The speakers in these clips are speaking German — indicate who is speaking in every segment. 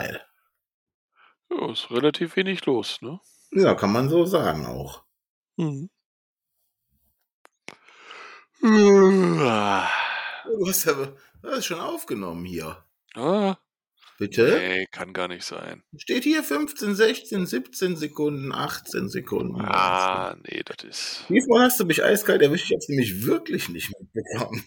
Speaker 1: geil.
Speaker 2: Ja, ist relativ wenig los, ne?
Speaker 1: Ja, kann man so sagen auch.
Speaker 2: Mhm.
Speaker 1: Du hast schon aufgenommen hier.
Speaker 2: Ah,
Speaker 1: Bitte?
Speaker 2: nee, kann gar nicht sein.
Speaker 1: Steht hier 15, 16, 17 Sekunden, 18 Sekunden, 19.
Speaker 2: Ah, nee, das ist.
Speaker 1: Diesmal hast du mich eiskalt erwischt, ich hab's nämlich wirklich nicht mitbekommen.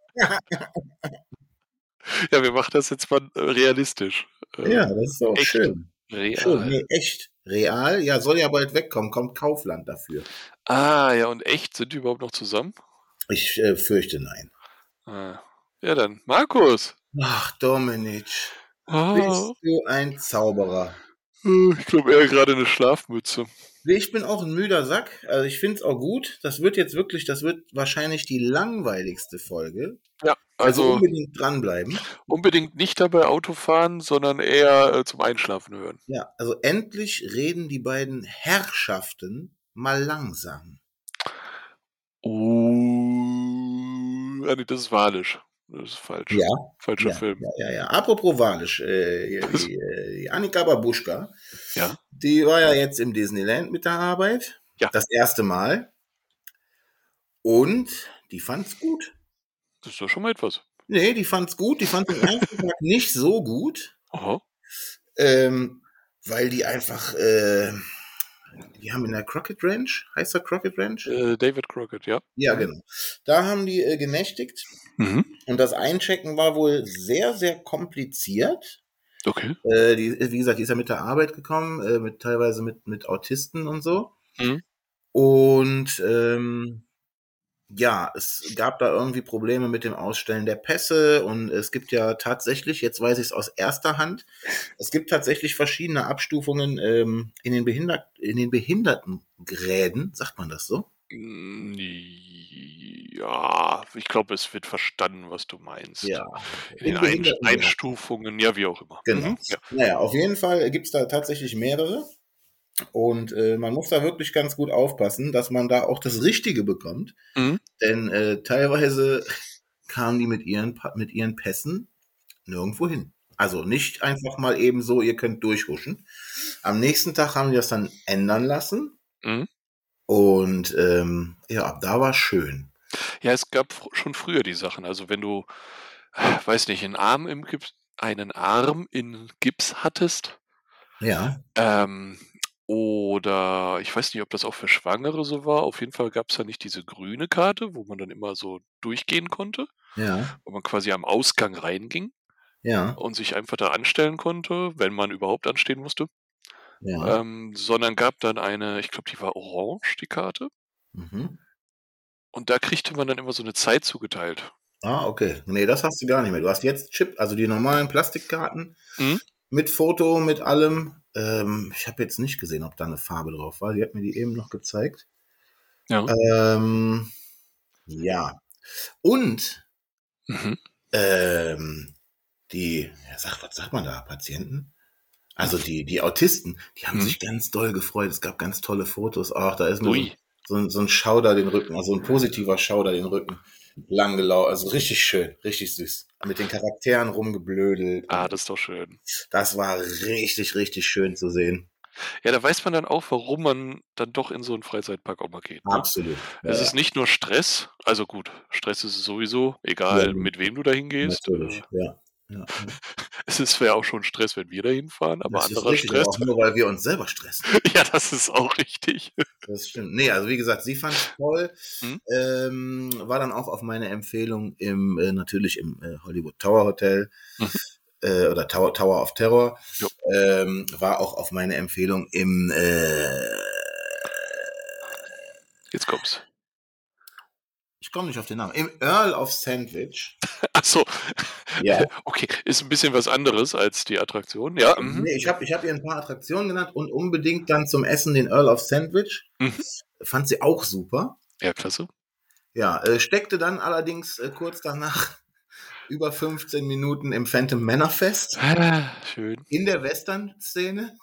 Speaker 2: Ja, wir machen das jetzt mal realistisch.
Speaker 1: Ja, das ist auch
Speaker 2: Echt.
Speaker 1: schön. Schön,
Speaker 2: Real.
Speaker 1: nee, echt. Real, ja, soll ja bald wegkommen, kommt Kaufland dafür.
Speaker 2: Ah, ja, und echt? Sind die überhaupt noch zusammen?
Speaker 1: Ich fürchte nein.
Speaker 2: Ah. Ja, dann. Markus.
Speaker 1: Ach, Dominic,
Speaker 2: Ah.
Speaker 1: bist du ein Zauberer.
Speaker 2: Ich glaube eher gerade eine Schlafmütze.
Speaker 1: Ich bin auch ein müder Sack, also ich finde es auch gut. Das wird wahrscheinlich die langweiligste Folge.
Speaker 2: Ja,
Speaker 1: Also
Speaker 2: also
Speaker 1: unbedingt dranbleiben.
Speaker 2: unbedingt nicht dabei Auto fahren, sondern eher zum Einschlafen hören.
Speaker 1: Ja, also endlich reden die beiden Herrschaften mal langsam.
Speaker 2: Ah, nee, das ist Walisch. Das ist falsch.
Speaker 1: Ja,
Speaker 2: Falscher Film.
Speaker 1: ja. Apropos Walisch, die Annika Babuschka,
Speaker 2: Ja?
Speaker 1: die war ja jetzt im Disneyland mit der Arbeit.
Speaker 2: Ja.
Speaker 1: Das erste Mal. Und die fand's gut.
Speaker 2: Das ist doch schon mal etwas.
Speaker 1: Nee, die fand's gut. Die fand den ersten Tag nicht so gut.
Speaker 2: Aha.
Speaker 1: Weil die einfach, die haben in der Crockett Ranch, heißt der Crockett Ranch?
Speaker 2: David Crockett, ja.
Speaker 1: Ja, genau. Da haben die genächtigt.
Speaker 2: Mhm.
Speaker 1: Und das Einchecken war wohl sehr, sehr kompliziert.
Speaker 2: Okay.
Speaker 1: Wie gesagt, die ist ja mit der Arbeit gekommen, teilweise mit Autisten und so.
Speaker 2: Mhm.
Speaker 1: Und ja, es gab da irgendwie Probleme mit dem Ausstellen der Pässe und es gibt ja tatsächlich, jetzt weiß ich es aus erster Hand, es gibt tatsächlich verschiedene Abstufungen in den Behindertengräden, sagt man das so?
Speaker 2: Ja, ich glaube, es wird verstanden, was du meinst.
Speaker 1: Ja.
Speaker 2: In den Einstufungen, ja, wie auch immer.
Speaker 1: Genau.
Speaker 2: Mhm, ja.
Speaker 1: Naja, auf jeden Fall gibt es da tatsächlich mehrere. Und man muss da wirklich ganz gut aufpassen, dass man da auch das Richtige bekommt.
Speaker 2: Mhm.
Speaker 1: Denn teilweise kamen die mit ihren Pässen nirgendwo hin. Also nicht einfach mal eben so, ihr könnt durchhuschen. Am nächsten Tag haben die das dann ändern lassen.
Speaker 2: Mhm.
Speaker 1: Und ja, ab da war schön.
Speaker 2: Ja, es gab schon früher die Sachen. Also wenn du, weiß nicht, einen Arm in Gips hattest.
Speaker 1: Ja.
Speaker 2: Oder ich weiß nicht, ob das auch für Schwangere so war. Auf jeden Fall gab es ja nicht diese grüne Karte, wo man dann immer so durchgehen konnte,
Speaker 1: Ja.
Speaker 2: wo man quasi am Ausgang reinging
Speaker 1: Ja.
Speaker 2: und sich einfach da anstellen konnte, wenn man überhaupt anstehen musste.
Speaker 1: Ja.
Speaker 2: Sondern gab dann eine, ich glaube, die war orange, die Karte.
Speaker 1: Mhm.
Speaker 2: Und da kriegte man dann immer so eine Zeit zugeteilt.
Speaker 1: Ah, okay. Nee, das hast du gar nicht mehr. Du hast jetzt Chip, also die normalen Plastikkarten
Speaker 2: Mhm.
Speaker 1: mit Foto, mit allem. Ich habe jetzt nicht gesehen, ob da eine Farbe drauf war. Die hat mir die eben noch gezeigt.
Speaker 2: Ja.
Speaker 1: Ja. Und
Speaker 2: Mhm.
Speaker 1: was sagt man da, Patienten? Also die Autisten, die haben sich ganz doll gefreut. Es gab ganz tolle Fotos. Ach, da ist mir so ein Schauder den Rücken, also ein positiver Schauder den Rücken lang gelaufen. Also richtig schön, richtig süß. Mit den Charakteren rumgeblödelt.
Speaker 2: Ah, das ist doch schön.
Speaker 1: Das war richtig, richtig schön zu sehen.
Speaker 2: Ja, da weiß man dann auch, warum man dann doch in so einen Freizeitpark auch mal geht. Ne?
Speaker 1: Absolut.
Speaker 2: Es ist nicht nur Stress, also gut, Stress ist es sowieso, egal mit wem du da hingehst.
Speaker 1: Natürlich, ja.
Speaker 2: Es wäre auch schon Stress, wenn wir da hinfahren, aber
Speaker 1: Das ist
Speaker 2: anderer
Speaker 1: richtig,
Speaker 2: Stress.
Speaker 1: aber auch nur, weil wir uns selber stressen.
Speaker 2: Ja, das ist auch richtig.
Speaker 1: Das stimmt. Nee, also wie gesagt, sie fand es toll. War dann auch auf meine Empfehlung natürlich im Hollywood Tower Hotel oder Tower of Terror. War auch auf meine Empfehlung im
Speaker 2: Jetzt kommt's.
Speaker 1: Ich komme nicht auf den Namen. Im Earl of Sandwich.
Speaker 2: Ach so.
Speaker 1: Ja.
Speaker 2: Okay, ist ein bisschen was anderes als die Attraktion. Ja.
Speaker 1: Nee, ich hab ihr ein paar Attraktionen genannt und unbedingt dann zum Essen den Earl of Sandwich. Fand sie auch super.
Speaker 2: Ja, klasse.
Speaker 1: Ja, steckte dann allerdings kurz danach über 15 Minuten im Phantom Manor fest.
Speaker 2: Schön.
Speaker 1: In der Western-Szene.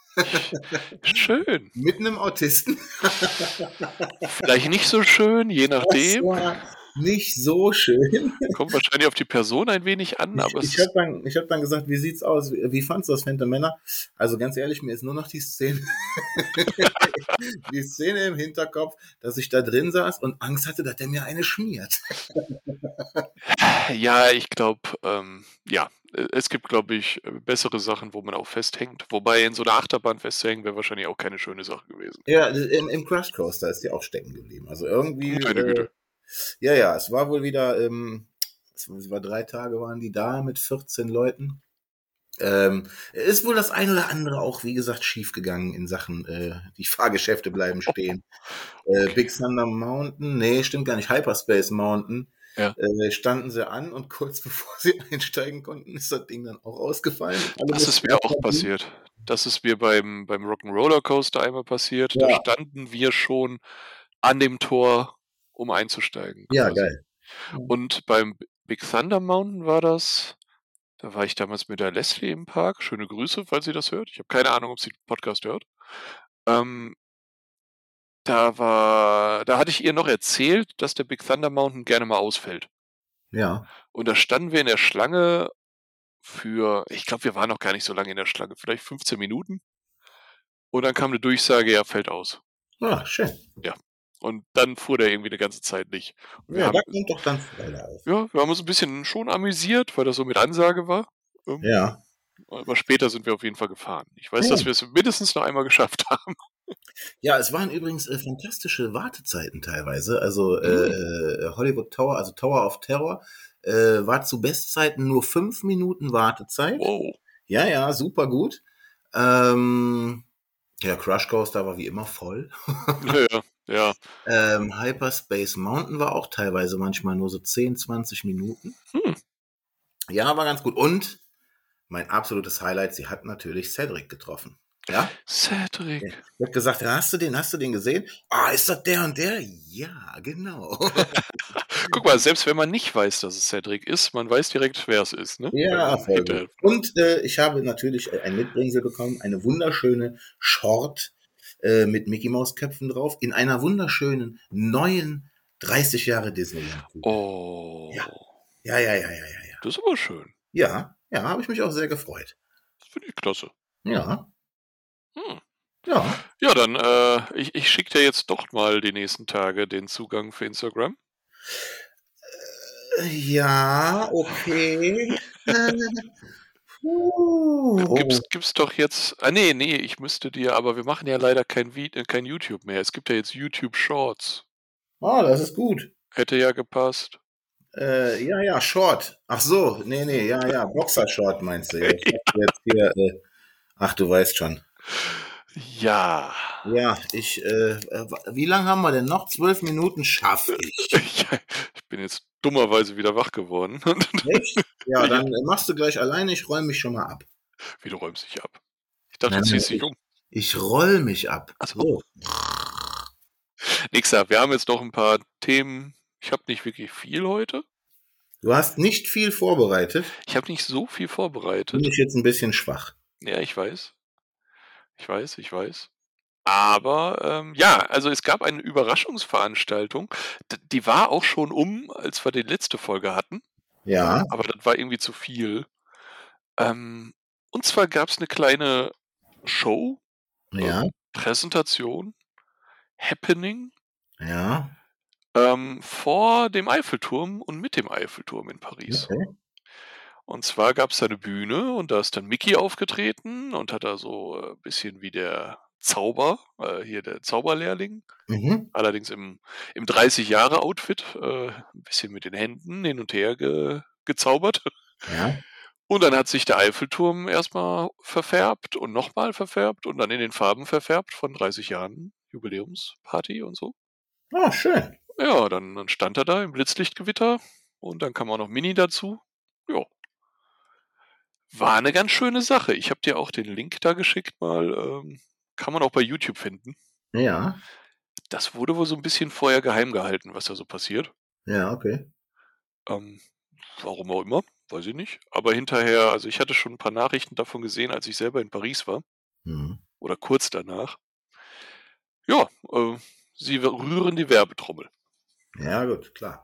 Speaker 2: Schön.
Speaker 1: Mit einem Autisten.
Speaker 2: Vielleicht nicht so schön, je nachdem.
Speaker 1: nicht so schön.
Speaker 2: Kommt wahrscheinlich auf die Person ein wenig an, aber
Speaker 1: Ich habe dann gesagt, wie sieht's aus? Wie fandst du das, Phantom Männer? Also ganz ehrlich, mir ist nur noch die Szene, die Szene im Hinterkopf, dass ich da drin saß und Angst hatte, dass der mir eine schmiert.
Speaker 2: ja, ich glaube, ja, es gibt, glaube ich, bessere Sachen, wo man auch festhängt. Wobei in so einer Achterbahn festhängen wäre wahrscheinlich auch keine schöne Sache gewesen.
Speaker 1: Ja, im Crash Coaster ist die auch stecken geblieben. Also irgendwie,
Speaker 2: Meine Güte.
Speaker 1: ja, es war wohl wieder, es war 3 Tage waren die da mit 14 Leuten. Ist wohl das ein oder andere auch, wie gesagt, schief gegangen in Sachen, die Fahrgeschäfte bleiben stehen.
Speaker 2: Okay.
Speaker 1: Big Thunder Mountain, nee, stimmt gar nicht, Hyperspace Mountain,
Speaker 2: Ja.
Speaker 1: standen sie an und kurz bevor sie einsteigen konnten, ist das Ding dann auch ausgefallen.
Speaker 2: Das ist mir auch passiert. Das ist mir beim Rock'n'Roller Coaster einmal passiert.
Speaker 1: Ja.
Speaker 2: Da standen wir schon an dem Tor, um einzusteigen.
Speaker 1: Ja,
Speaker 2: quasi.
Speaker 1: geil.
Speaker 2: Und beim Big Thunder Mountain war das, da war ich damals mit der Leslie im Park. Schöne Grüße, falls sie das hört. Ich habe keine Ahnung, ob sie den Podcast hört. Da hatte ich ihr noch erzählt, dass der Big Thunder Mountain gerne mal ausfällt.
Speaker 1: Ja.
Speaker 2: Und da standen wir in der Schlange für, ich glaube, wir waren noch gar nicht so lange in der Schlange, vielleicht 15 Minuten. Und dann kam eine Durchsage, ja, fällt aus.
Speaker 1: Ah, schön.
Speaker 2: Ja. Und dann fuhr der irgendwie eine ganze Zeit nicht.
Speaker 1: Ja, da kommt doch dann Freude auf.
Speaker 2: Ja, wir haben uns ein bisschen schon amüsiert, weil das so mit Ansage war.
Speaker 1: Ja.
Speaker 2: Aber später sind wir auf jeden Fall gefahren. Ich weiß, dass wir es mindestens noch einmal geschafft haben.
Speaker 1: Ja, es waren übrigens fantastische Wartezeiten teilweise. Also Hollywood Tower, also Tower of Terror, war zu Bestzeiten nur 5 Minuten Wartezeit.
Speaker 2: Wow.
Speaker 1: Ja, super gut. Ja, Crush Coaster war wie immer voll.
Speaker 2: Ja.
Speaker 1: Hyperspace Mountain war auch teilweise manchmal nur so 10, 20 Minuten. Ja, war ganz gut. Und mein absolutes Highlight, sie hat natürlich Cedric getroffen. Ja?
Speaker 2: Cedric.
Speaker 1: Ich hab gesagt, hast du den gesehen? Ah, ist das der und der? Ja, genau.
Speaker 2: Guck mal, selbst wenn man nicht weiß, dass es Cedric ist, man weiß direkt, wer es ist, ne?
Speaker 1: Ja, voll gut. Und ich habe natürlich ein Mitbringsel bekommen, eine wunderschöne Short mit Mickey Maus Köpfen drauf, in einer wunderschönen neuen 30 Jahre Disneyland.
Speaker 2: Oh.
Speaker 1: Ja.
Speaker 2: Das ist aber schön.
Speaker 1: Ja, habe ich mich auch sehr gefreut.
Speaker 2: Das finde ich klasse.
Speaker 1: Ja.
Speaker 2: Ja, dann, ich schicke dir jetzt doch mal die nächsten Tage den Zugang für Instagram.
Speaker 1: Ja, okay.
Speaker 2: Gibt's doch jetzt. Nee, ich müsste dir, aber wir machen ja leider kein YouTube mehr. Es gibt ja jetzt YouTube Shorts.
Speaker 1: Oh, das ist gut.
Speaker 2: Hätte ja gepasst.
Speaker 1: Ja, Short. Ach so, nee, ja, Boxershort meinst du jetzt. Jetzt hier, ach, du weißt schon.
Speaker 2: Ja.
Speaker 1: Ja, wie lange haben wir denn noch? 12 Minuten schaffe ich.
Speaker 2: Ich bin jetzt dummerweise wieder wach geworden.
Speaker 1: Echt? Ja, dann machst du gleich alleine, ich roll mich schon mal ab.
Speaker 2: Wie, du räumst dich ab? Ich dachte, du ziehst dich um.
Speaker 1: Ich roll mich ab.
Speaker 2: Ach so. Nixer, wir haben jetzt noch ein paar Themen. Ich habe nicht wirklich viel heute.
Speaker 1: Du hast nicht viel vorbereitet?
Speaker 2: Ich habe nicht so viel vorbereitet.
Speaker 1: Bin ich jetzt ein bisschen schwach.
Speaker 2: Ja, ich weiß. Aber ja, also es gab eine Überraschungsveranstaltung. Die war auch schon als wir die letzte Folge hatten.
Speaker 1: Ja.
Speaker 2: Aber das war irgendwie zu viel. Und zwar gab es eine kleine Show.
Speaker 1: Ja.
Speaker 2: Präsentation. Happening.
Speaker 1: Ja.
Speaker 2: Vor dem Eiffelturm und mit dem Eiffelturm in Paris.
Speaker 1: Okay.
Speaker 2: Und zwar gab es da eine Bühne und da ist dann Mickey aufgetreten und hat da so ein bisschen wie der hier der Zauberlehrling, allerdings im 30-Jahre-Outfit, ein bisschen mit den Händen hin und her gezaubert.
Speaker 1: Ja.
Speaker 2: Und dann hat sich der Eiffelturm erstmal verfärbt und nochmal verfärbt und dann in den Farben verfärbt von 30 Jahren Jubiläumsparty und so.
Speaker 1: Oh, schön.
Speaker 2: Ja, dann stand er da im Blitzlichtgewitter und dann kam auch noch Mini dazu. Ja. War eine ganz schöne Sache. Ich habe dir auch den Link da geschickt mal. Kann man auch bei YouTube finden.
Speaker 1: Ja.
Speaker 2: Das wurde wohl so ein bisschen vorher geheim gehalten, was da so passiert.
Speaker 1: Ja, okay.
Speaker 2: Warum auch immer, weiß ich nicht. Aber hinterher, also ich hatte schon ein paar Nachrichten davon gesehen, als ich selber in Paris war. Oder kurz danach. Ja, sie rühren die Werbetrommel.
Speaker 1: Ja, gut, klar.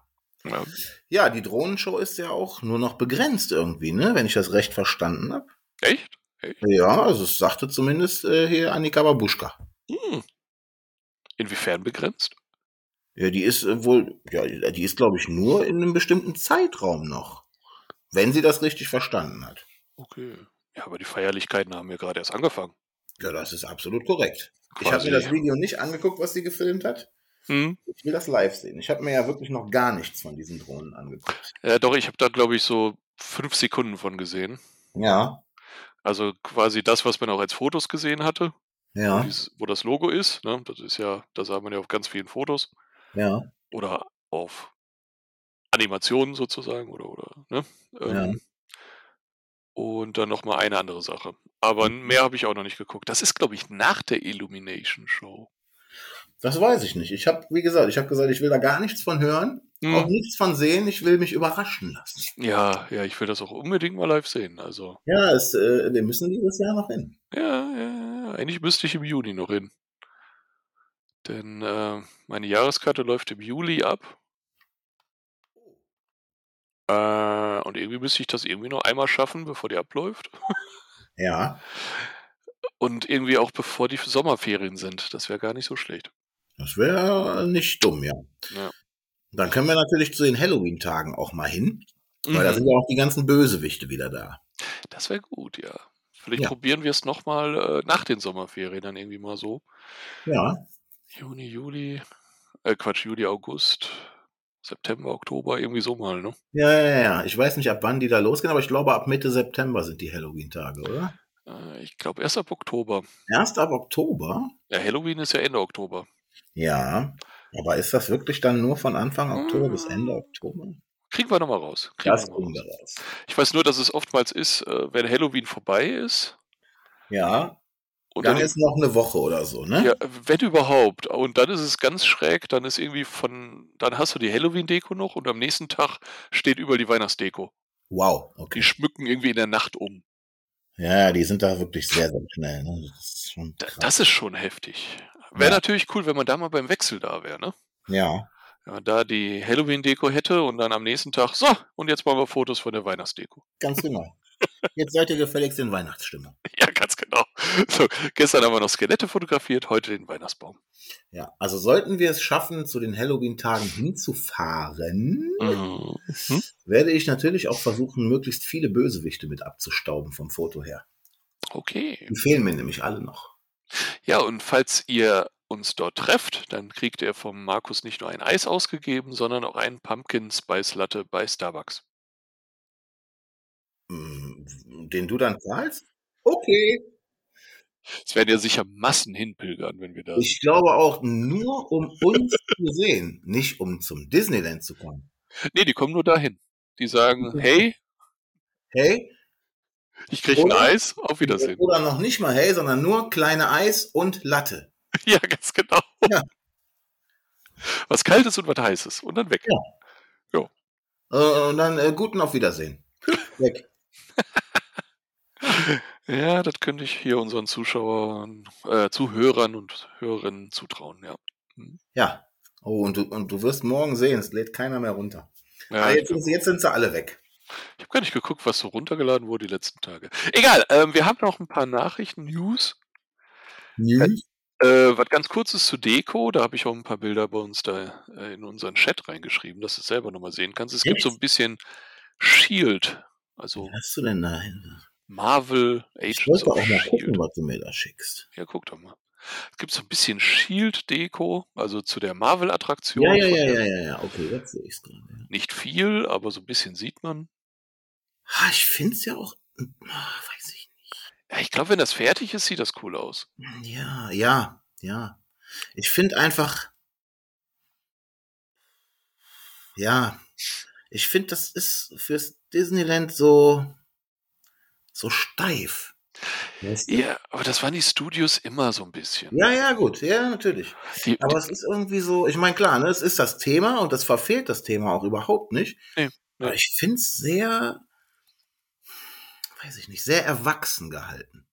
Speaker 2: Ja.
Speaker 1: Ja, die Drohnenshow ist ja auch nur noch begrenzt irgendwie, ne? Wenn ich das recht verstanden habe.
Speaker 2: Echt? Echt?
Speaker 1: Ja, also es sagte zumindest hier Annika Babuschka.
Speaker 2: Inwiefern begrenzt?
Speaker 1: Ja, die ist die ist, glaube ich, nur in einem bestimmten Zeitraum noch. Wenn sie das richtig verstanden hat.
Speaker 2: Okay. Ja, aber die Feierlichkeiten haben ja gerade erst angefangen.
Speaker 1: Ja, das ist absolut korrekt. Ich habe mir
Speaker 2: Quasi.
Speaker 1: das Video nicht angeguckt, was sie gefilmt hat. Ich will das live sehen. Ich habe mir ja wirklich noch gar nichts von diesen Drohnen angeguckt.
Speaker 2: Ja, doch, ich habe da, glaube ich, so 5 Sekunden von gesehen.
Speaker 1: Ja.
Speaker 2: Also quasi das, was man auch als Fotos gesehen hatte,
Speaker 1: Ja.
Speaker 2: wo das Logo ist. Ne? Das ist ja, das sah man ja auf ganz vielen Fotos.
Speaker 1: Ja.
Speaker 2: Oder auf Animationen sozusagen oder ne?
Speaker 1: Ja.
Speaker 2: Und dann noch mal eine andere Sache. Aber mehr habe ich auch noch nicht geguckt. Das ist, glaube ich, nach der Illumination Show.
Speaker 1: Das weiß ich nicht. Wie gesagt, ich will da gar nichts von hören, auch nichts von sehen. Ich will mich überraschen lassen.
Speaker 2: Ja, ich will das auch unbedingt mal live sehen. Also.
Speaker 1: Ja, wir müssen dieses Jahr noch hin.
Speaker 2: Ja. Eigentlich müsste ich im Juni noch hin. Denn meine Jahreskarte läuft im Juli ab. Und irgendwie müsste ich das irgendwie noch einmal schaffen, bevor die abläuft.
Speaker 1: Ja.
Speaker 2: Und irgendwie auch bevor die Sommerferien sind. Das wäre gar nicht so schlecht.
Speaker 1: Das wäre nicht dumm, ja. Dann können wir natürlich zu den Halloween-Tagen auch mal hin. Weil da sind ja auch die ganzen Bösewichte wieder da.
Speaker 2: Das wäre gut, ja. Vielleicht probieren wir es nochmal nach den Sommerferien dann irgendwie mal so.
Speaker 1: Ja.
Speaker 2: Juli, August, September, Oktober, irgendwie so mal, ne?
Speaker 1: Ja. Ich weiß nicht, ab wann die da losgehen, aber ich glaube, ab Mitte September sind die Halloween-Tage, oder?
Speaker 2: Ich glaube, erst ab Oktober.
Speaker 1: Erst ab Oktober?
Speaker 2: Ja, Halloween ist ja Ende Oktober.
Speaker 1: Ja. Aber ist das wirklich dann nur von Anfang Oktober bis Ende Oktober?
Speaker 2: Kriegen wir nochmal raus.
Speaker 1: Das kriegen wir raus.
Speaker 2: Ich weiß nur, dass es oftmals ist, wenn Halloween vorbei ist.
Speaker 1: Ja.
Speaker 2: Und
Speaker 1: dann ist noch eine Woche oder so, ne?
Speaker 2: Ja, wenn überhaupt. Und dann ist es ganz schräg, dann ist irgendwie dann hast du die Halloween-Deko noch und am nächsten Tag steht überall die Weihnachtsdeko.
Speaker 1: Wow, okay.
Speaker 2: Die schmücken irgendwie in der Nacht um.
Speaker 1: Ja, die sind da wirklich sehr, sehr schnell. Ne?
Speaker 2: Das ist schon heftig. Wäre natürlich cool, wenn man da mal beim Wechsel da wäre, ne?
Speaker 1: Ja.
Speaker 2: Ja, da die Halloween-Deko hätte und dann am nächsten Tag, so, und jetzt machen wir Fotos von der Weihnachtsdeko.
Speaker 1: Ganz genau. Jetzt seid ihr gefälligst in Weihnachtsstimmung.
Speaker 2: Ja, ganz genau. So, gestern haben wir noch Skelette fotografiert, heute den Weihnachtsbaum.
Speaker 1: Ja, also sollten wir es schaffen, zu den Halloween-Tagen hinzufahren, werde ich natürlich auch versuchen, möglichst viele Bösewichte mit abzustauben vom Foto her.
Speaker 2: Okay.
Speaker 1: Die fehlen mir nämlich alle noch.
Speaker 2: Ja, und falls ihr uns dort trefft, dann kriegt ihr vom Markus nicht nur ein Eis ausgegeben, sondern auch einen Pumpkin Spice Latte bei Starbucks.
Speaker 1: Den du dann zahlst? Okay.
Speaker 2: Es werden ja sicher Massen hinpilgern, wenn wir da sind.
Speaker 1: Ich glaube auch nur, um uns zu sehen, nicht um zum Disneyland zu kommen.
Speaker 2: Nee, die kommen nur dahin. Die sagen, hey, ich kriege ein Eis, auf Wiedersehen.
Speaker 1: Oder noch nicht mal hey, sondern nur kleine Eis und Latte.
Speaker 2: Ja, ganz genau.
Speaker 1: Ja.
Speaker 2: Was Kaltes und was Heißes. Und dann weg.
Speaker 1: Ja. Und dann guten Auf Wiedersehen. Weg.
Speaker 2: Ja, das könnte ich hier unseren Zuschauern, Zuhörern und Hörerinnen zutrauen, ja.
Speaker 1: Ja. Oh, und du wirst morgen sehen, es lädt keiner mehr runter.
Speaker 2: Ja,
Speaker 1: jetzt sind sie alle weg.
Speaker 2: Ich habe gar nicht geguckt, was so runtergeladen wurde die letzten Tage. Egal, wir haben noch ein paar Nachrichten, News. Was ganz kurzes zu Deko, da habe ich auch ein paar Bilder bei uns da in unseren Chat reingeschrieben, dass du es selber nochmal sehen kannst. Es gibt so ein bisschen Shield, also
Speaker 1: was hast du denn da hin?
Speaker 2: Marvel
Speaker 1: Agents of Shield. Ich wollte auch mal gucken, was du mir da schickst.
Speaker 2: Ja, guck doch mal. Es gibt so ein bisschen Shield-Deko, also zu der Marvel-Attraktion.
Speaker 1: Ja, okay, jetzt sehe ich es gerade. Ja.
Speaker 2: Nicht viel, aber so ein bisschen sieht man.
Speaker 1: Ich finde es ja auch, weiß ich nicht.
Speaker 2: Ja, ich glaube, wenn das fertig ist, sieht das cool aus.
Speaker 1: Ja. Ich finde einfach, ich finde, das ist fürs Disneyland so steif.
Speaker 2: Weißt du? Ja, aber das waren die Studios immer so ein bisschen.
Speaker 1: Ja, gut, ja, natürlich. Aber es ist irgendwie so, ich meine, klar, ne, es ist das Thema und das verfehlt das Thema auch überhaupt nicht. Nee. Aber ich finde es sehr, weiß ich nicht, sehr erwachsen gehalten.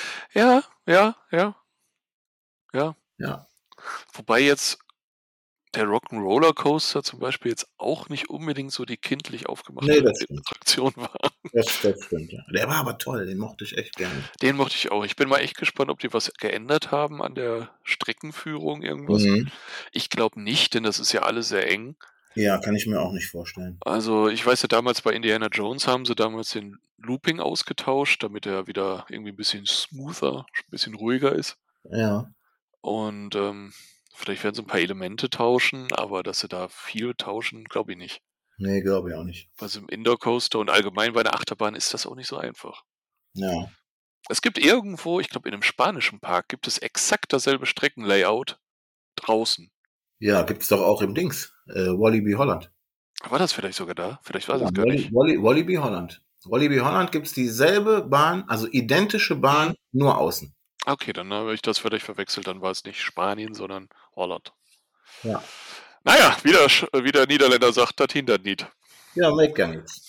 Speaker 2: Ja.
Speaker 1: Ja.
Speaker 2: Wobei jetzt der Rock'n'Roller Coaster zum Beispiel jetzt auch nicht unbedingt so die kindlich aufgemachte Attraktion war.
Speaker 1: Das stimmt, ja. Der war aber toll, den mochte ich echt gerne.
Speaker 2: Den mochte ich auch. Ich bin mal echt gespannt, ob die was geändert haben an der Streckenführung, irgendwas. Ich glaube nicht, denn das ist ja alles sehr eng.
Speaker 1: Ja, kann ich mir auch nicht vorstellen.
Speaker 2: Also ich weiß ja, damals bei Indiana Jones haben sie damals den Looping ausgetauscht, damit er wieder irgendwie ein bisschen smoother, ein bisschen ruhiger ist.
Speaker 1: Ja.
Speaker 2: Und vielleicht werden sie ein paar Elemente tauschen, aber dass sie da viel tauschen, glaube ich nicht.
Speaker 1: Nee, glaube ich auch nicht.
Speaker 2: Also im Indoor Coaster und allgemein bei einer Achterbahn ist das auch nicht so einfach.
Speaker 1: Ja.
Speaker 2: Es gibt irgendwo, ich glaube in einem spanischen Park, gibt es exakt dasselbe Streckenlayout draußen.
Speaker 1: Ja, gibt es doch auch im Dings, Walibi Holland.
Speaker 2: War das vielleicht sogar da? Vielleicht war das gar nicht.
Speaker 1: Walibi Holland. Walibi Holland gibt es dieselbe Bahn, also identische Bahn, nur außen.
Speaker 2: Okay, dann habe ich das vielleicht verwechselt, dann war es nicht Spanien, sondern Holland.
Speaker 1: Ja.
Speaker 2: Naja, wie der Niederländer sagt, das hindert nicht.
Speaker 1: Ja, make gar nichts.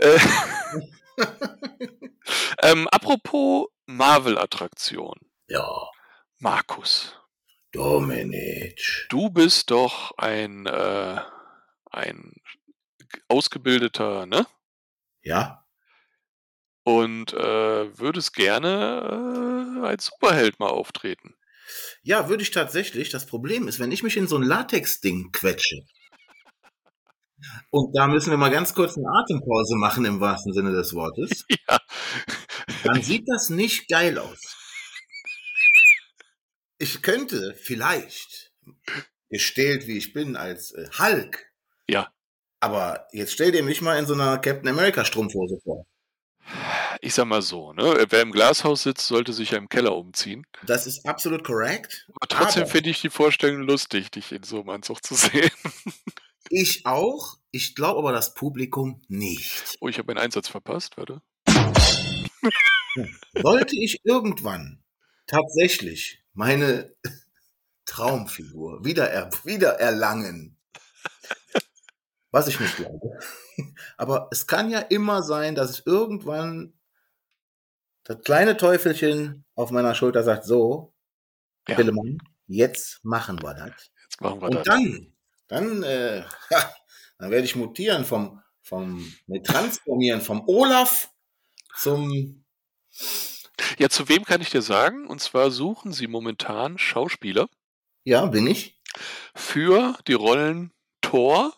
Speaker 2: Apropos Marvel-Attraktion.
Speaker 1: Ja.
Speaker 2: Markus.
Speaker 1: Dominic.
Speaker 2: Du bist doch ein ausgebildeter, ne?
Speaker 1: Ja.
Speaker 2: Und würdest gerne als Superheld mal auftreten.
Speaker 1: Ja, würde ich tatsächlich. Das Problem ist, wenn ich mich in so ein Latex-Ding quetsche, und da müssen wir mal ganz kurz eine Atempause machen im wahrsten Sinne des Wortes,
Speaker 2: ja.
Speaker 1: Dann sieht das nicht geil aus. Ich könnte vielleicht, gestählt wie ich bin, als Hulk.
Speaker 2: Ja.
Speaker 1: Aber jetzt stell dir mich mal in so einer Captain America Strumpfhose vor.
Speaker 2: Ich sag mal so, ne? Wer im Glashaus sitzt, sollte sich ja im Keller umziehen.
Speaker 1: Das ist absolut korrekt.
Speaker 2: Aber trotzdem finde ich die Vorstellung lustig, dich in so einem Anzug zu sehen.
Speaker 1: Ich auch. Ich glaube aber das Publikum nicht.
Speaker 2: Oh, ich habe einen Einsatz verpasst, warte.
Speaker 1: Sollte ich irgendwann tatsächlich meine Traumfigur wieder erlangen, was ich nicht glaube. Aber es kann ja immer sein, dass ich irgendwann das kleine Teufelchen auf meiner Schulter sagt, so, ja. Pillemann, jetzt machen wir das.
Speaker 2: Jetzt machen wir
Speaker 1: und
Speaker 2: das.
Speaker 1: Dann werde ich mutieren transformieren vom Olaf zum...
Speaker 2: Ja, zu wem kann ich dir sagen? Und zwar suchen sie momentan Schauspieler.
Speaker 1: Ja, bin ich.
Speaker 2: Für die Rollen Thor,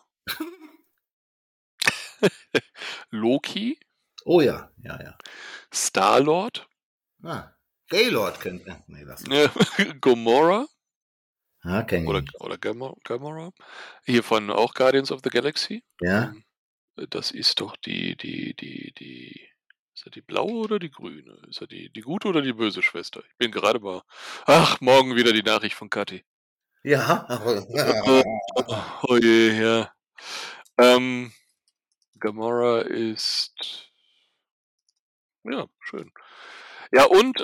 Speaker 2: Loki.
Speaker 1: Oh ja.
Speaker 2: Star-Lord.
Speaker 1: Gaylord könnte. Nee, das
Speaker 2: Gamora.
Speaker 1: kenn ich.
Speaker 2: Oder Gamora. Hier von auch Guardians of the Galaxy.
Speaker 1: Ja.
Speaker 2: Das ist doch die. Ist er die blaue oder die grüne? Ist er die gute oder die böse Schwester? Ich bin gerade mal. Ach, morgen wieder die Nachricht von Kathi.
Speaker 1: Ja.
Speaker 2: Oh je, ja. Gamora ist. Ja, schön. Ja, und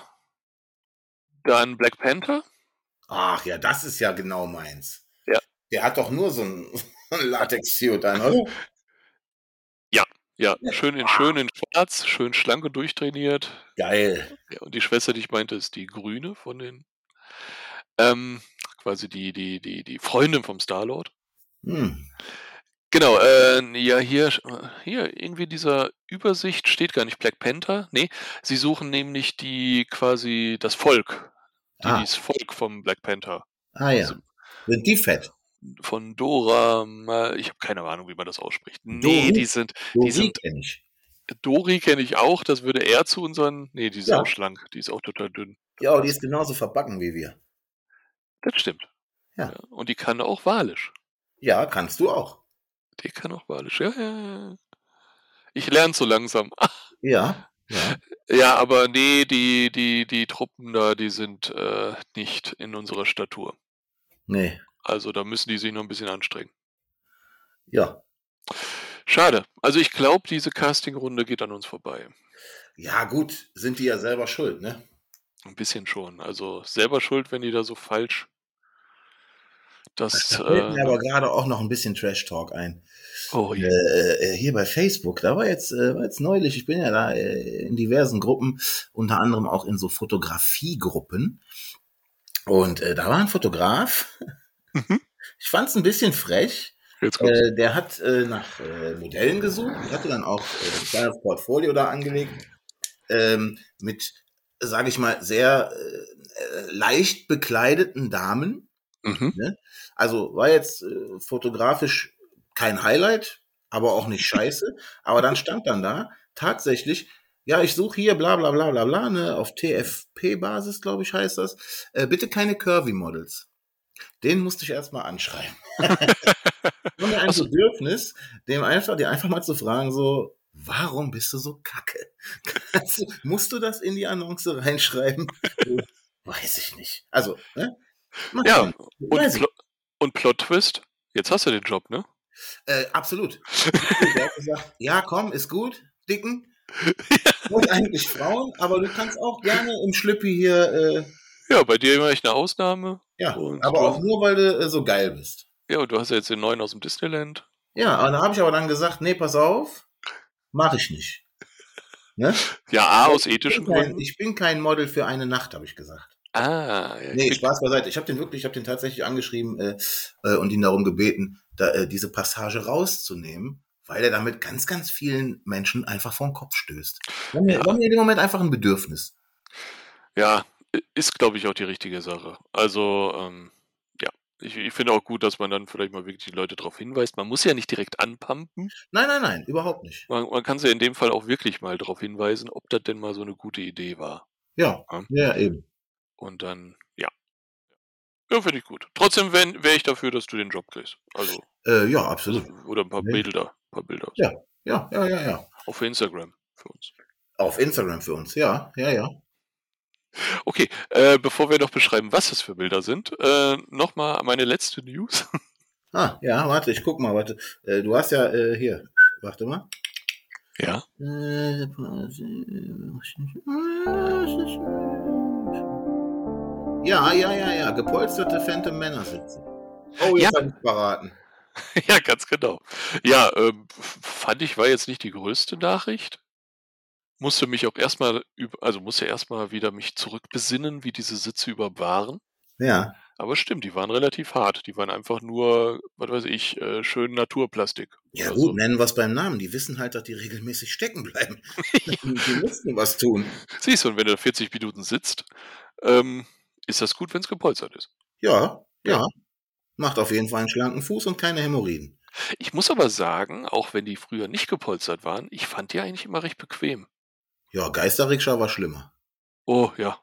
Speaker 2: dann Black Panther.
Speaker 1: Ach ja, das ist ja genau meins.
Speaker 2: Ja.
Speaker 1: Der hat doch nur so ein Latex-Suit an, oder?
Speaker 2: Ja, schön in schwarz, schön schlank und durchtrainiert.
Speaker 1: Geil.
Speaker 2: Ja, und die Schwester, die ich meinte, ist die grüne von den quasi die Freundin vom Star-Lord. Genau, ja, hier irgendwie dieser Übersicht steht gar nicht Black Panther. Nee, sie suchen nämlich das Volk. Das Volk vom Black Panther.
Speaker 1: Ah ja. Sind die fett?
Speaker 2: Von Dora, ich habe keine Ahnung, wie man das ausspricht. Nee, die sind.
Speaker 1: Kenn ich.
Speaker 2: Dori kenne ich auch, das würde eher zu unseren. Nee, die ist auch schlank, die ist auch total dünn.
Speaker 1: Ja, die ist genauso verbacken wie wir.
Speaker 2: Das stimmt.
Speaker 1: Ja.
Speaker 2: Und die kann auch Walisch.
Speaker 1: Ja, kannst du auch.
Speaker 2: Die kann auch Walisch, ja. Ich lerne so langsam.
Speaker 1: Ja.
Speaker 2: Ja, aber nee, die Truppen da, die sind nicht in unserer Statur.
Speaker 1: Nee.
Speaker 2: Also da müssen die sich noch ein bisschen anstrengen.
Speaker 1: Ja.
Speaker 2: Schade. Also ich glaube, diese Castingrunde geht an uns vorbei.
Speaker 1: Ja gut, sind die ja selber schuld, ne?
Speaker 2: Ein bisschen schon. Also selber schuld, wenn die da so falsch...
Speaker 1: Da fällt mir aber gerade auch noch ein bisschen Trash-Talk ein.
Speaker 2: Oh je.
Speaker 1: Hier bei Facebook, da war jetzt neulich, ich bin ja da in diversen Gruppen, unter anderem auch in so Fotografiegruppen. Und da war ein Fotograf, Ich fand es ein bisschen frech.
Speaker 2: Jetzt kommt's.
Speaker 1: Der hat nach Modellen gesucht. Ich hatte dann auch ein kleines Portfolio da angelegt. Mit, sage ich mal, sehr leicht bekleideten Damen.
Speaker 2: Mhm.
Speaker 1: Ne? Also war jetzt fotografisch kein Highlight, aber auch nicht scheiße. Aber dann stand dann da tatsächlich, ja, ich suche hier bla bla bla bla bla, ne, auf TFP-Basis, glaube ich, heißt das. Bitte keine Curvy-Models. Den musste ich erstmal anschreiben. Nur mir ein
Speaker 2: Achso.
Speaker 1: Bedürfnis, dir einfach mal zu fragen, so, warum bist du so kacke? Musst du das in die Annonce reinschreiben? Weiß ich nicht. Also, ne? Macht
Speaker 2: Ja,
Speaker 1: Sinn. Weiß ich.
Speaker 2: und Plot-Twist, jetzt hast du den Job, ne?
Speaker 1: Absolut. Der hat gesagt, ja, komm, ist gut, Dicken. Und eigentlich Frauen, aber du kannst auch gerne im Schlüppi hier,
Speaker 2: Ja, bei dir immer echt eine Ausnahme.
Speaker 1: ja,
Speaker 2: Und
Speaker 1: aber auch nur, weil du so geil bist.
Speaker 2: ja, und du hast ja jetzt den neuen aus dem Disneyland.
Speaker 1: Ja, aber da habe ich aber dann gesagt, nee, pass auf, mache ich nicht. Ne?
Speaker 2: Ja, aus ethischen Gründen.
Speaker 1: Ich bin kein Model für eine Nacht, habe ich gesagt.
Speaker 2: Ja,
Speaker 1: Nee, Spaß beiseite. Ich habe den tatsächlich angeschrieben und ihn darum gebeten, diese Passage rauszunehmen, weil er damit ganz, ganz vielen Menschen einfach vor den Kopf stößt. War mir in dem Moment einfach ein Bedürfnis.
Speaker 2: Ja, ist, glaube ich, auch die richtige Sache. Also, ja, ich finde auch gut, dass man dann vielleicht mal wirklich die Leute darauf hinweist. Man muss ja nicht direkt anpumpen.
Speaker 1: Nein, überhaupt nicht.
Speaker 2: Man kann sie ja in dem Fall auch wirklich mal darauf hinweisen, ob das denn mal so eine gute Idee war.
Speaker 1: Ja, ja, eben.
Speaker 2: Und dann, ja. Ja, finde ich gut. Trotzdem wäre ich dafür, dass du den Job kriegst. Also,
Speaker 1: ja, absolut.
Speaker 2: oder ein paar
Speaker 1: Nee.
Speaker 2: Bilder.
Speaker 1: Ja.
Speaker 2: Auch für Instagram für uns.
Speaker 1: Auf Instagram für uns, ja.
Speaker 2: Okay, bevor wir noch beschreiben, was das für Bilder sind, nochmal meine letzte News.
Speaker 1: Ja, warte, ich guck mal, warte. Du hast ja hier, warte mal.
Speaker 2: Ja.
Speaker 1: Ja. Gepolsterte Phantom Männer sitzen. Oh, jetzt habe ich verraten.
Speaker 2: Ja, ganz genau. Ja, fand ich, war jetzt nicht die größte Nachricht. Musste mich auch erstmal, musste erstmal wieder mich zurückbesinnen, wie diese Sitze überhaupt waren.
Speaker 1: Ja.
Speaker 2: Aber stimmt, die waren relativ hart. Die waren einfach nur, was weiß ich, schön Naturplastik.
Speaker 1: Ja gut,
Speaker 2: so.
Speaker 1: nennen wir es beim Namen. Die wissen halt, dass die regelmäßig stecken bleiben. Die müssten was tun.
Speaker 2: Siehst du, und wenn du 40 Minuten sitzt, ist das gut, wenn es gepolstert ist.
Speaker 1: Ja. Macht auf jeden Fall einen schlanken Fuß und keine Hämorrhoiden.
Speaker 2: Ich muss aber sagen, auch wenn die früher nicht gepolstert waren, ich fand die eigentlich immer recht bequem.
Speaker 1: Ja, Geisterrikscha war schlimmer.
Speaker 2: Oh, ja.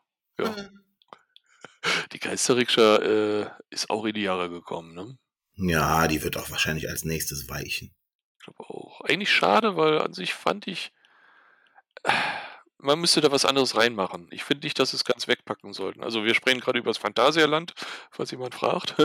Speaker 2: Die Geisterrikscha ist auch in die Jahre gekommen, ne?
Speaker 1: Ja, die wird auch wahrscheinlich als nächstes weichen.
Speaker 2: Ich glaube auch. Eigentlich schade, weil an sich fand ich, man müsste da was anderes reinmachen. Ich finde nicht, dass sie es ganz wegpacken sollten. Also wir sprechen gerade über das Phantasialand, falls jemand fragt.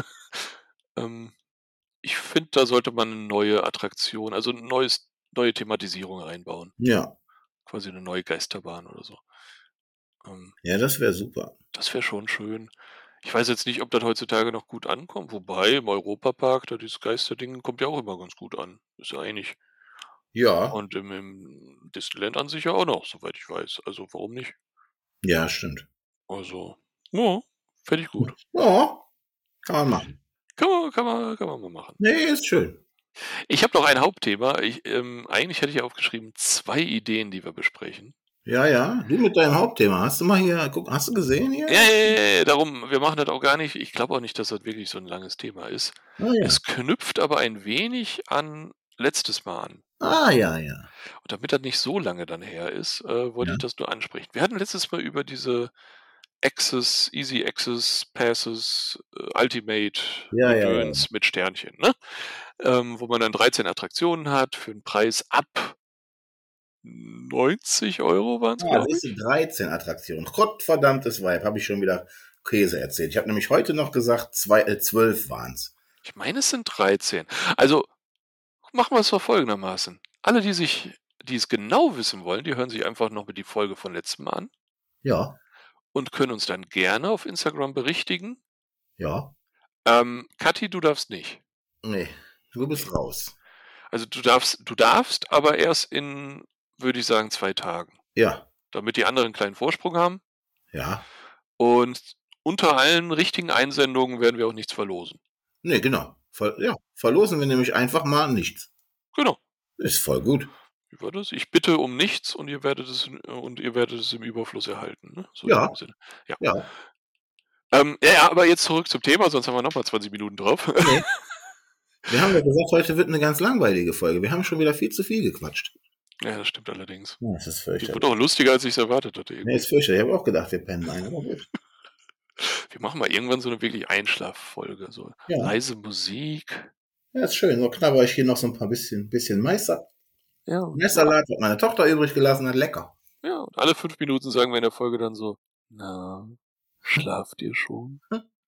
Speaker 2: Ich finde, da sollte man eine neue Attraktion, also eine neue Thematisierung reinbauen.
Speaker 1: Ja.
Speaker 2: Quasi eine neue Geisterbahn oder so.
Speaker 1: Ja, das wäre super.
Speaker 2: Das wäre schon schön. Ich weiß jetzt nicht, ob das heutzutage noch gut ankommt, wobei im Europapark, da dieses Geisterding kommt ja auch immer ganz gut an. Ist ja einig.
Speaker 1: Ja.
Speaker 2: Und im Disneyland an sich ja auch noch, soweit ich weiß. Also warum nicht?
Speaker 1: Ja, stimmt.
Speaker 2: Also, ja, fände ich gut.
Speaker 1: Ja, kann man machen.
Speaker 2: Kann man mal machen.
Speaker 1: Nee, ist schön.
Speaker 2: Ich habe noch ein Hauptthema. Eigentlich hätte ich aufgeschrieben 2 Ideen, die wir besprechen.
Speaker 1: Ja, du mit deinem Hauptthema. Hast du mal hier, hast du gesehen hier?
Speaker 2: Ja, darum, wir machen das auch gar nicht. Ich glaube auch nicht, dass das wirklich so ein langes Thema ist.
Speaker 1: Ja.
Speaker 2: Es knüpft aber ein wenig an letztes Mal an.
Speaker 1: Ja.
Speaker 2: Und damit das nicht so lange dann her ist, wollte ich das nur ansprechen. Wir hatten letztes Mal über diese Easy Access Passes, Ultimate Gedöns mit Sternchen, ne? Wo man dann 13 Attraktionen hat für einen Preis ab 90 Euro waren es, glaube ich.
Speaker 1: Das ist 13 Attraktionen. Gottverdammtes Weib, habe ich schon wieder Käse erzählt. Ich habe nämlich heute noch gesagt, 12 waren es.
Speaker 2: Ich meine, es sind 13. Also machen wir es doch folgendermaßen. Alle, die es genau wissen wollen, die hören sich einfach noch mit die Folge von letztem Mal an.
Speaker 1: Ja.
Speaker 2: Und können uns dann gerne auf Instagram berichtigen.
Speaker 1: Ja.
Speaker 2: Kathi, du darfst nicht.
Speaker 1: Nee, du bist raus.
Speaker 2: Also du darfst, aber erst in, würde ich sagen, 2 Tagen.
Speaker 1: Ja.
Speaker 2: Damit die anderen einen kleinen Vorsprung haben.
Speaker 1: Ja.
Speaker 2: Und unter allen richtigen Einsendungen werden wir auch nichts verlosen.
Speaker 1: Nee, genau. Verlosen wir nämlich einfach mal nichts.
Speaker 2: Genau.
Speaker 1: Ist voll gut.
Speaker 2: Wie war das? Ich bitte um nichts und ihr werdet es im Überfluss erhalten. Ne? So
Speaker 1: Ja.
Speaker 2: in dem Sinne. Ja. Aber jetzt zurück zum Thema, sonst haben wir nochmal 20 Minuten drauf.
Speaker 1: Nee. Wir haben ja gesagt, heute wird eine ganz langweilige Folge. Wir haben schon wieder viel zu viel gequatscht.
Speaker 2: Ja, das stimmt allerdings.
Speaker 1: Ja, das ist fürchterlich.
Speaker 2: Die wird auch lustiger, als ich es erwartet hatte.
Speaker 1: Nee, ist fürchterlich. Ich habe auch gedacht, wir pennen ein, aber gut.
Speaker 2: Wir machen mal irgendwann so eine wirklich Einschlaffolge. So leise Musik.
Speaker 1: Ja, ist schön. So knabber ich hier noch so ein paar bisschen Maissalat, was meine Tochter übrig gelassen hat. Lecker.
Speaker 2: Ja, und alle 5 Minuten sagen wir in der Folge dann so, na, schlaft ihr schon?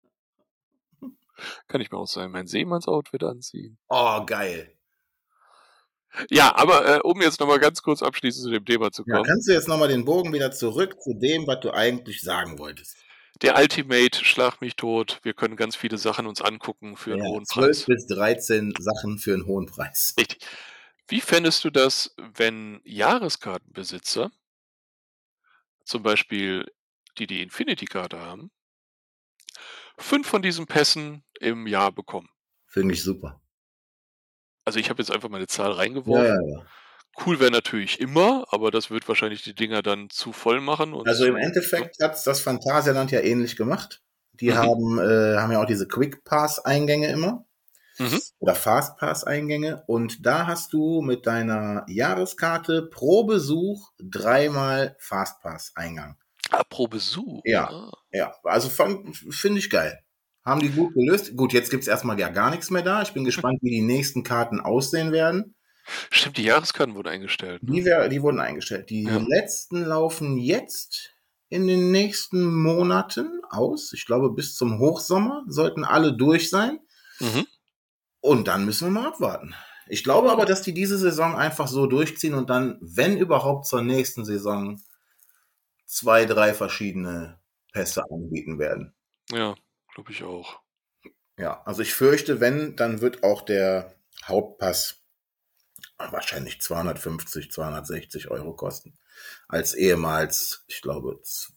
Speaker 2: Kann ich mir auch mein Seemannsoutfit anziehen.
Speaker 1: Oh, geil.
Speaker 2: Ja, aber um jetzt nochmal ganz kurz abschließend zu dem Thema zu kommen.
Speaker 1: Ja, kannst du jetzt nochmal den Bogen wieder zurück zu dem, was du eigentlich sagen wolltest?
Speaker 2: Der Ultimate Schlag mich tot. Wir können ganz viele Sachen uns angucken für einen hohen Preis.
Speaker 1: 12 bis 13 Sachen für einen hohen Preis.
Speaker 2: Richtig. Wie fändest du das, wenn Jahreskartenbesitzer, zum Beispiel die Infinity-Karte haben, 5 von diesen Pässen im Jahr bekommen?
Speaker 1: Finde ich super.
Speaker 2: Also ich habe jetzt einfach mal eine Zahl reingeworfen. Ja. Cool wäre natürlich immer, aber das wird wahrscheinlich die Dinger dann zu voll machen. Und
Speaker 1: also im Endeffekt hat das Phantasialand ja ähnlich gemacht. Die haben ja auch diese Quick Pass-Eingänge immer. Oder Fast Pass-Eingänge. Und da hast du mit deiner Jahreskarte pro Besuch 3-mal Fast Pass-Eingang.
Speaker 2: Pro Besuch?
Speaker 1: Ja, also finde ich geil. Haben die gut gelöst. Gut, jetzt gibt es erstmal ja gar nichts mehr da. Ich bin gespannt, wie die nächsten Karten aussehen werden.
Speaker 2: Stimmt, die Jahreskarten wurden eingestellt.
Speaker 1: Ne? Die wurden eingestellt. Die letzten laufen jetzt in den nächsten Monaten aus. Ich glaube, bis zum Hochsommer sollten alle durch sein. Und dann müssen wir mal abwarten. Ich glaube aber, dass die diese Saison einfach so durchziehen und dann, wenn überhaupt, zur nächsten Saison 2, 3 verschiedene Pässe anbieten werden.
Speaker 2: Ja, glaube ich auch.
Speaker 1: Ja, also ich fürchte, wenn, dann wird auch der Hauptpass wahrscheinlich 250, 260 Euro kosten. Als ehemals, ich glaube,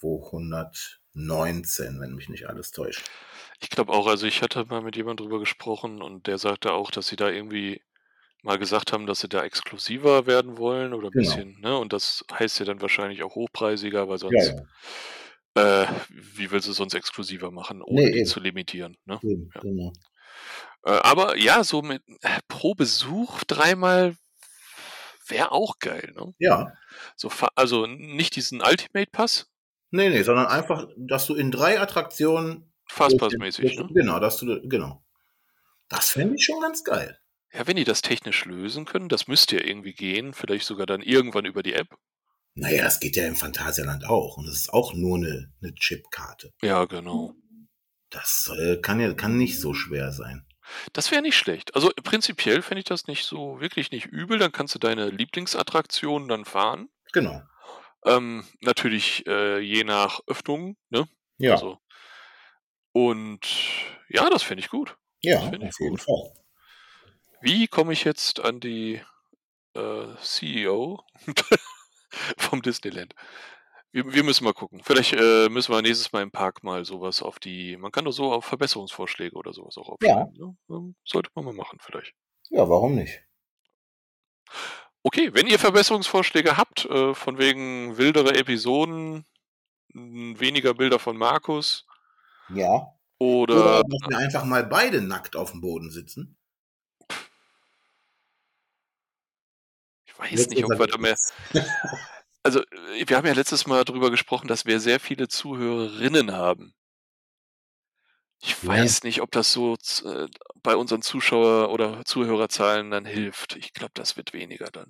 Speaker 1: 219, wenn mich nicht alles täuscht.
Speaker 2: Ich glaube auch, also ich hatte mal mit jemandem drüber gesprochen und der sagte auch, dass sie da irgendwie mal gesagt haben, dass sie da exklusiver werden wollen oder ein bisschen, ne? Und das heißt ja dann wahrscheinlich auch hochpreisiger, weil sonst, wie willst du es sonst exklusiver machen, ohne die zu limitieren, ne?
Speaker 1: Genau.
Speaker 2: Aber ja, so mit pro Besuch 3-mal wäre auch geil, ne?
Speaker 1: Ja.
Speaker 2: So, also nicht diesen Ultimate Pass.
Speaker 1: Nee, sondern einfach, dass du in 3 Attraktionen
Speaker 2: Fastpass-mäßig, ne?
Speaker 1: Genau, Das fände ich schon ganz geil.
Speaker 2: Ja, wenn die das technisch lösen können, das müsste ja irgendwie gehen, vielleicht sogar dann irgendwann über die App.
Speaker 1: Naja, das geht ja im Phantasialand auch und es ist auch nur eine Chipkarte.
Speaker 2: Ja, genau.
Speaker 1: Das kann nicht so schwer sein.
Speaker 2: Das wäre nicht schlecht. Also prinzipiell fände ich das wirklich nicht übel. Dann kannst du deine Lieblingsattraktionen dann fahren.
Speaker 1: Genau.
Speaker 2: Natürlich je nach Öffnung, ne?
Speaker 1: Ja.
Speaker 2: Also, und ja, das finde ich gut.
Speaker 1: Ja, auf jeden Fall.
Speaker 2: Wie komme ich jetzt an die CEO vom Disneyland? Wir müssen mal gucken. Vielleicht müssen wir nächstes Mal im Park mal sowas man kann doch so auf Verbesserungsvorschläge oder sowas auch aufschreiben. Ja. Ne? Sollte man mal machen vielleicht.
Speaker 1: Ja, warum nicht?
Speaker 2: Okay, wenn ihr Verbesserungsvorschläge habt, von wegen wildere Episoden, weniger Bilder von Markus.
Speaker 1: Ja. Oder dass wir einfach mal beide nackt auf dem Boden sitzen.
Speaker 2: Ich weiß nicht, ob wir da mehr... Also, wir haben ja letztes Mal darüber gesprochen, dass wir sehr viele Zuhörerinnen haben. Ich weiß nicht, ob das so bei unseren Zuschauer- oder Zuhörerzahlen dann hilft. Ich glaube, das wird weniger dann.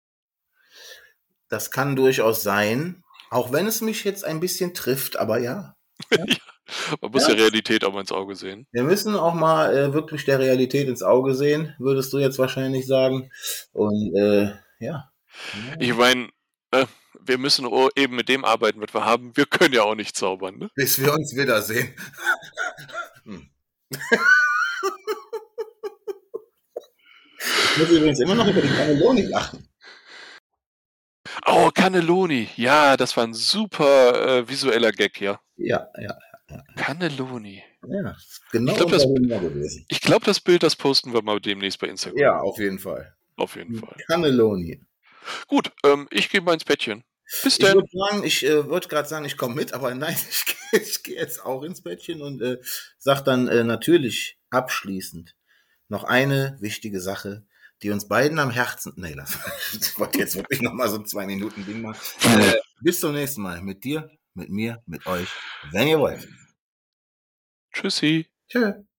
Speaker 1: Das kann durchaus sein, auch wenn es mich jetzt ein bisschen trifft, aber ja.
Speaker 2: Man muss der Realität auch mal ins Auge sehen.
Speaker 1: Wir müssen auch mal wirklich der Realität ins Auge sehen, würdest du jetzt wahrscheinlich sagen. Und ja.
Speaker 2: Ich meine, wir müssen eben mit dem arbeiten, was wir haben. Wir können ja auch nicht zaubern, ne?
Speaker 1: Bis wir uns wiedersehen. Ich muss übrigens immer noch über die Cannelloni lachen.
Speaker 2: Oh, Cannelloni. Ja, das war ein super visueller Gag, ja.
Speaker 1: Ja.
Speaker 2: Cannelloni.
Speaker 1: Ja, genau unser Humor gewesen.
Speaker 2: Ich glaube, das Bild, das posten wir mal demnächst bei Instagram.
Speaker 1: Ja, auf jeden Fall.
Speaker 2: Auf jeden Fall.
Speaker 1: Cannelloni.
Speaker 2: Gut, ich gehe mal ins Bettchen. Bis
Speaker 1: dann.
Speaker 2: Ich
Speaker 1: wollte gerade sagen, ich komme mit, aber nein, ich gehe jetzt auch ins Bettchen und sage dann natürlich abschließend noch eine wichtige Sache, die uns beiden am Herzen... Nee, ich wollte jetzt wirklich nochmal so ein 2-Minuten-Ding machen. Bis zum nächsten Mal. Mit dir, mit mir, mit euch, wenn ihr wollt.
Speaker 2: Tschüssi.
Speaker 1: Tschö.